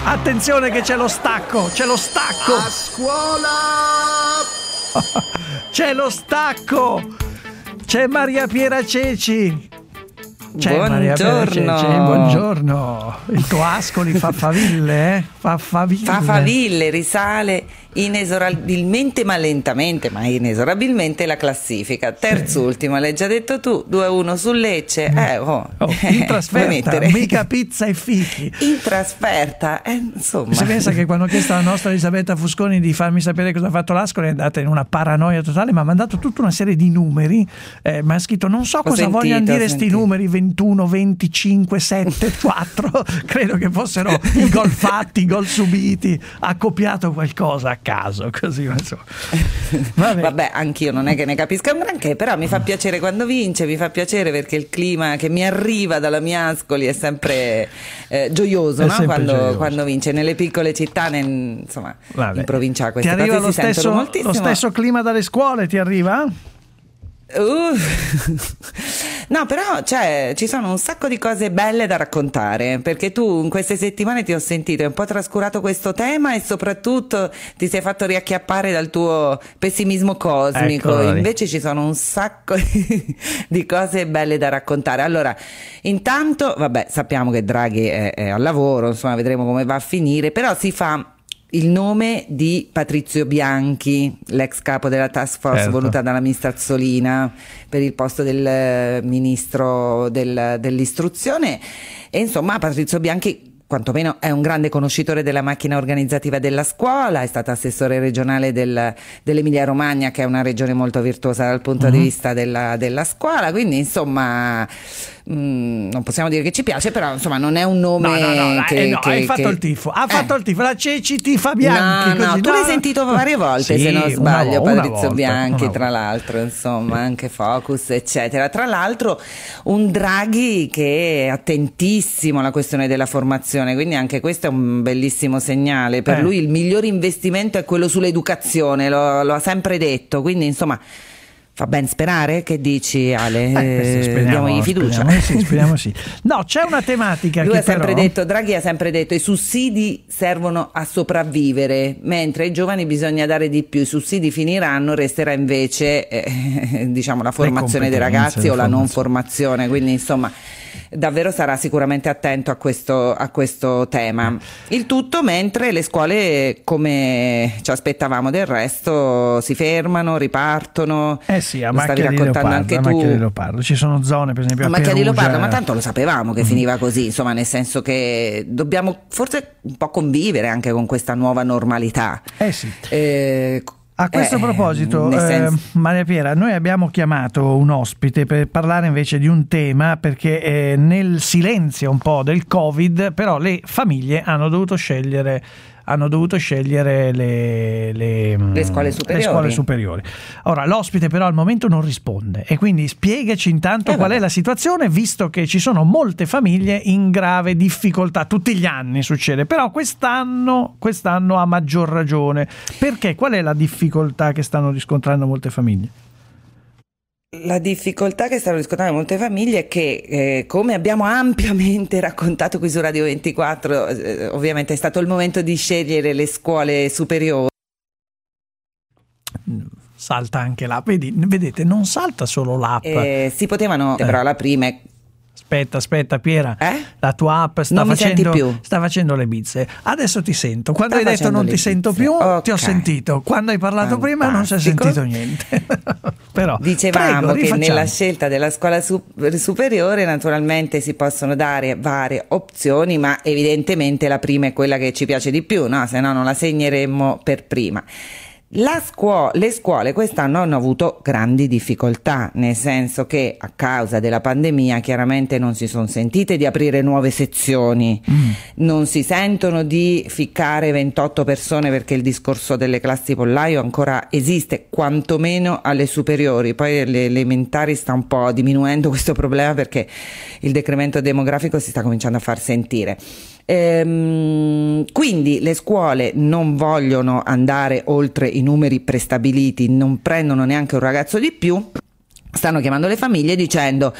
Attenzione che c'è lo stacco. A scuola! C'è lo stacco. C'è Maria Piera Ceci. Buongiorno. Il tuo Ascoli fa faville, eh? Fa faville, risale inesorabilmente, ma lentamente, ma inesorabilmente la classifica. Terzultimo, l'hai già detto tu, 2-1 sul Lecce. In trasferta, mica pizza e fichi. In trasferta, insomma. Si pensa che quando ho chiesto alla nostra Elisabetta Fusconi di farmi sapere cosa ha fatto l'Ascoli è andata in una paranoia totale, ma ha mandato tutta una serie di numeri, ma ha scritto non so cosa vogliano dire sti numeri, 21, 25, 7, 4, credo che fossero i gol fatti, i gol subiti, ha copiato qualcosa a caso, così insomma. Vabbè, anch'io non è che ne capisca un granché, però mi fa piacere quando vince, mi fa piacere perché il clima che mi arriva dalla mia Ascoli è sempre gioioso, no? Quando vince nelle piccole città, insomma, in provincia queste ti arriva cose si sentono moltissimo. Lo stesso clima dalle scuole ti arriva? No, però ci sono un sacco di cose belle da raccontare, perché tu in queste settimane ti ho sentito, hai un po' trascurato questo tema e soprattutto ti sei fatto riacchiappare dal tuo pessimismo cosmico. Invece ci sono un sacco di cose belle da raccontare. Allora, intanto, vabbè, sappiamo che Draghi è al lavoro, insomma, vedremo come va a finire, però si fa il nome di Patrizio Bianchi, l'ex capo della task force voluta dalla ministra Azzolina per il posto del ministro dell'istruzione, e insomma Patrizio Bianchi quantomeno è un grande conoscitore della macchina organizzativa della scuola, è stato assessore regionale dell'Emilia Romagna, che è una regione molto virtuosa dal punto di vista della scuola, quindi insomma non possiamo dire che ci piace, però insomma non è un nome hai fatto il tifo, la Ceci tifa Bianchi, tu l'hai sentito varie volte, se non sbaglio, Patrizio Bianchi, tra l'altro, insomma, anche Focus eccetera, tra l'altro un Draghi che è attentissimo alla questione della formazione, quindi anche questo è un bellissimo segnale per lui. Il miglior investimento è quello sull'educazione, lo ha sempre detto, quindi insomma fa ben sperare. Che dici, Ale? Diamogli fiducia. Speriamo sì. No, c'è una tematica Lui che ha sempre detto, Draghi ha sempre detto, i sussidi servono a sopravvivere, mentre ai giovani bisogna dare di più, i sussidi finiranno, resterà invece diciamo la formazione dei ragazzi o la non formazione, quindi insomma davvero sarà sicuramente attento a questo tema. Il tutto mentre le scuole, come ci aspettavamo del resto, si fermano, ripartono. Sì, a Macchia di Leopardo ci sono zone, per esempio a Macchia di Perugia. Leopardo, ma tanto lo sapevamo che finiva così, insomma, nel senso che dobbiamo forse un po' convivere anche con questa nuova normalità. A questo proposito, Maria Piera, noi abbiamo chiamato un ospite per parlare invece di un tema, perché nel silenzio un po' del Covid, però le famiglie hanno dovuto scegliere le scuole superiori. Ora l'ospite però al momento non risponde, e quindi spiegaci intanto qual è la situazione, visto che ci sono molte famiglie in grave difficoltà. Tutti gli anni succede, però quest'anno a maggior ragione. Perché? Qual è la difficoltà che stanno riscontrando molte famiglie? La difficoltà che stanno riscontrando molte famiglie è che, come abbiamo ampiamente raccontato qui su Radio 24, ovviamente è stato il momento di scegliere le scuole superiori. Salta anche l'app, vedete, non salta solo l'app. Si potevano, però la prima è... Aspetta Piera, la tua app sta facendo le bizze. Adesso ti sento. Quando hai detto non ti sento più, ti ho sentito. Quando hai parlato prima non si è sentito niente. Però dicevamo che nella scelta della scuola superiore naturalmente si possono dare varie opzioni, ma evidentemente la prima è quella che ci piace di più, no? Se no non la segneremmo per prima. Le scuole quest'anno hanno avuto grandi difficoltà, nel senso che a causa della pandemia chiaramente non si sono sentite di aprire nuove sezioni, non si sentono di ficcare 28 persone, perché il discorso delle classi pollaio ancora esiste, quantomeno alle superiori. Poi alle elementari sta un po' diminuendo questo problema, perché il decremento demografico si sta cominciando a far sentire. Quindi le scuole non vogliono andare oltre i numeri prestabiliti, non prendono neanche un ragazzo di più, stanno chiamando le famiglie dicendo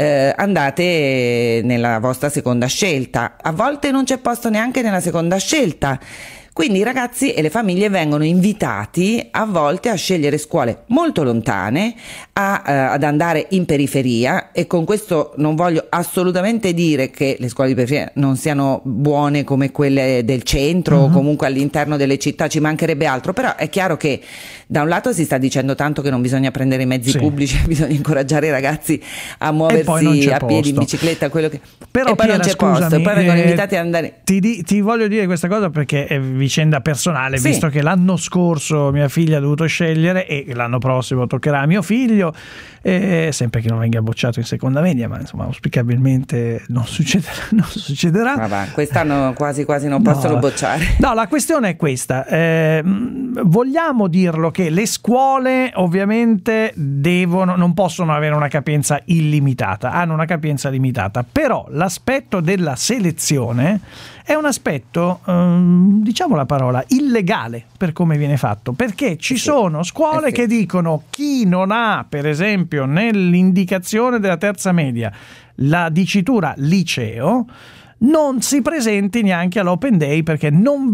andate nella vostra seconda scelta. A volte non c'è posto neanche nella seconda scelta. Quindi i ragazzi e le famiglie vengono invitati a volte a scegliere scuole molto lontane, ad andare in periferia, e con questo non voglio assolutamente dire che le scuole di periferia non siano buone come quelle del centro o comunque all'interno delle città, ci mancherebbe altro, però è chiaro che da un lato si sta dicendo tanto che non bisogna prendere i mezzi pubblici, bisogna incoraggiare i ragazzi a muoversi a piedi, in bicicletta, quello che... Però e poi Piera, non c'è scusami, posto, poi vengono invitati ad andare... Ti voglio dire questa cosa perché è vicenda personale, visto che l'anno scorso mia figlia ha dovuto scegliere e l'anno prossimo toccherà a mio figlio, sempre che non venga bocciato in seconda media, ma insomma auspicabilmente non succederà. Vabbè, quest'anno quasi non possono bocciare. No, la questione è questa, vogliamo dirlo che le scuole ovviamente non possono avere una capienza illimitata, hanno una capienza limitata, però l'aspetto della selezione è un aspetto, diciamo la parola, illegale per come viene fatto, perché ci sono scuole che dicono chi non ha, per esempio, nell'indicazione della terza media la dicitura liceo, non si presenti neanche all'Open Day perché non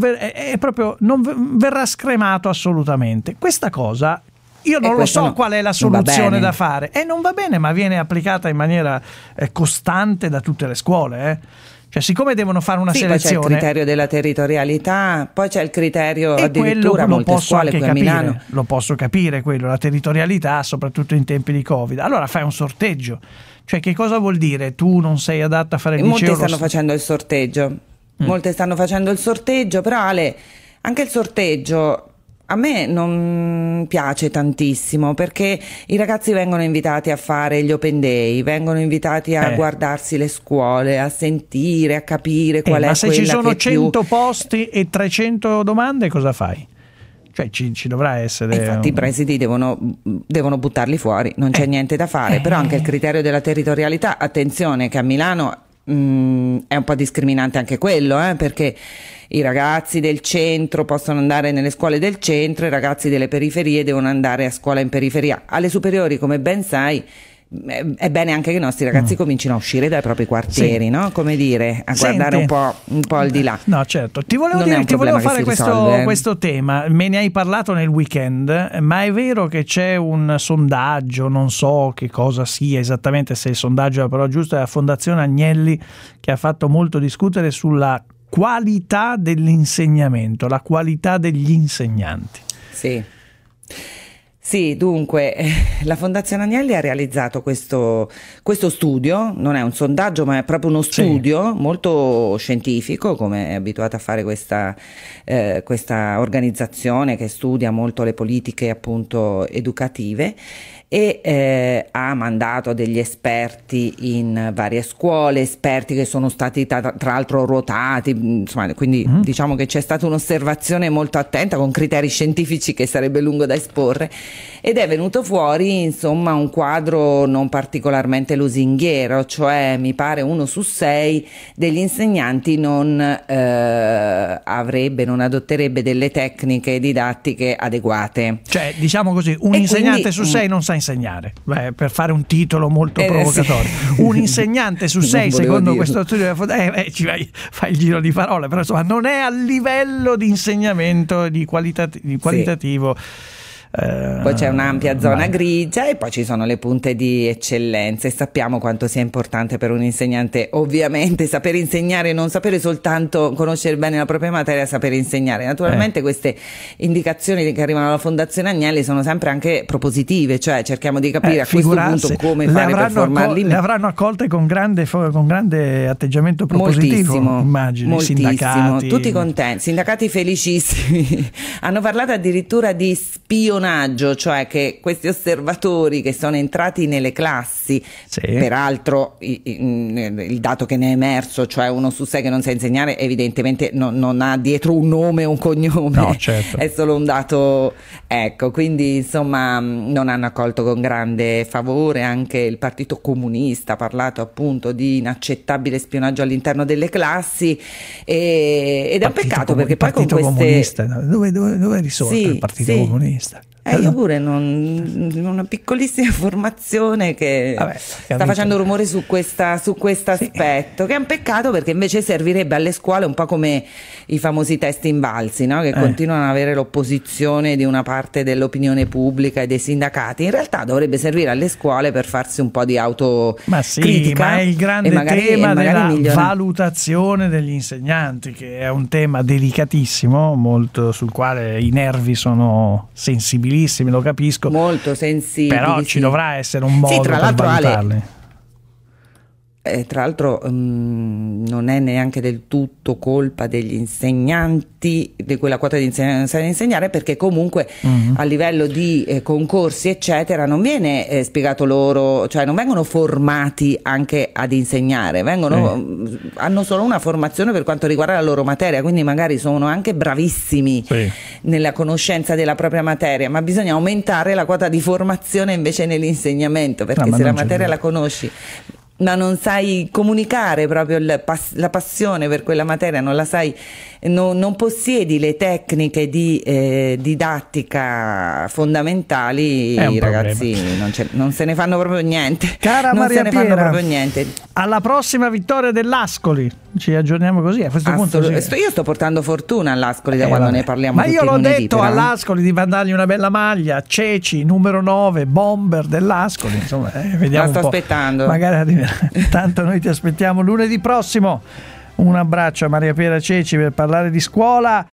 verrà scremato assolutamente. Questa cosa io non lo so qual è la soluzione da fare, e non va bene, ma viene applicata in maniera costante da tutte le scuole, Cioè, siccome devono fare una selezione, poi c'è il criterio della territorialità, poi c'è il criterio addirittura molte scuole qui a Milano. Lo posso capire quello, la territorialità, soprattutto in tempi di Covid. Allora fai un sorteggio. Cioè, che cosa vuol dire? Tu non sei adatta a fare il liceo? Molte stanno facendo il sorteggio. Molte stanno facendo il sorteggio, però Ale, anche il sorteggio a me non piace tantissimo, perché i ragazzi vengono invitati a fare gli open day, vengono invitati a guardarsi le scuole, a sentire, a capire qual è quella che ma se ci sono più... 100 posti e 300 domande, cosa fai? Cioè ci dovrà essere... Infatti i presidi devono buttarli fuori, non c'è niente da fare, però anche il criterio della territorialità, attenzione che a Milano è un po' discriminante anche quello, perché i ragazzi del centro possono andare nelle scuole del centro, i ragazzi delle periferie devono andare a scuola in periferia. Alle superiori, come ben sai, è bene anche che i nostri ragazzi comincino a uscire dai propri quartieri, no? Come dire, a guardare un po' al di là. No, certo. Ti volevo fare questo tema. Me ne hai parlato nel weekend, ma è vero che c'è un sondaggio, non so che cosa sia esattamente, se il sondaggio è la parola giusta, della Fondazione Agnelli, che ha fatto molto discutere sulla qualità dell'insegnamento, la qualità degli insegnanti. Sì, dunque la Fondazione Agnelli ha realizzato questo studio, non è un sondaggio ma è proprio uno studio molto scientifico, come è abituata a fare questa organizzazione che studia molto le politiche appunto educative, e ha mandato degli esperti in varie scuole, esperti che sono stati tra l'altro ruotati, insomma, quindi diciamo che c'è stata un'osservazione molto attenta con criteri scientifici che sarebbe lungo da esporre, ed è venuto fuori insomma un quadro non particolarmente lusinghiero, cioè mi pare 1 su 6 degli insegnanti non adotterebbe delle tecniche didattiche adeguate. Cioè, diciamo così, un insegnante su 6 non sa insegnare. Beh, per fare un titolo molto provocatorio. Un insegnante su 6, secondo questo studio, fai il giro di parole, però insomma non è a livello di insegnamento di qualitativo. Poi c'è un'ampia zona grigia e poi ci sono le punte di eccellenza, e sappiamo quanto sia importante per un insegnante ovviamente saper insegnare, non sapere soltanto conoscere bene la propria materia, saper insegnare. Naturalmente queste indicazioni che arrivano dalla Fondazione Agnelli sono sempre anche propositive, cioè cerchiamo di capire a questo punto come fare per formarli. Le avranno accolte con grande atteggiamento propositivo, immagino. Moltissimo, sindacati, tutti contenti, sindacati felicissimi. Hanno parlato addirittura di spionaggio, cioè che questi osservatori che sono entrati nelle classi, peraltro il dato che ne è emerso, cioè 1 su 6 che non sa insegnare, evidentemente non ha dietro un nome o un cognome, no, certo. È solo un dato, ecco, quindi insomma non hanno accolto con grande favore. Anche il Partito Comunista ha parlato appunto di inaccettabile spionaggio all'interno delle classi, ed è un peccato perché poi con queste... Comunista, dove risorge il Partito Comunista? Io pure una piccolissima formazione che sta facendo rumore su questo aspetto, che è un peccato, perché invece servirebbe alle scuole, un po' come i famosi test invalsi, no? Che continuano ad avere l'opposizione di una parte dell'opinione pubblica e dei sindacati. In realtà dovrebbe servire alle scuole per farsi un po' di autocritica. Ma è il grande tema della valutazione degli insegnanti, che è un tema delicatissimo, molto sul quale i nervi sono sensibilissimi, lo capisco, molto sensibili, però ci dovrà essere un modo per valutarli. Tra l'altro non è neanche del tutto colpa degli insegnanti, di quella quota di insegnanti a insegnare, perché comunque a livello di concorsi eccetera non viene spiegato loro, cioè non vengono formati anche ad insegnare, hanno solo una formazione per quanto riguarda la loro materia, quindi magari sono anche bravissimi nella conoscenza della propria materia, ma bisogna aumentare la quota di formazione invece nell'insegnamento, perché se la materia la conosci ma non sai comunicare proprio la passione per quella materia, non la sai, non possiedi le tecniche di didattica fondamentali, i ragazzi non se ne fanno proprio niente. Cara Maria Piera, alla prossima vittoria dell'Ascoli, ci aggiorniamo così a questo punto. Io sto portando fortuna all'Ascoli da quando ne parliamo, ma io l'ho detto all'Ascoli di mandargli una bella maglia, Ceci numero 9 bomber dell'Ascoli, insomma, vediamo, la sto aspettando, magari arriverà. Tanto noi ti aspettiamo lunedì prossimo. Un abbraccio a Maria Piera Ceci per parlare di scuola.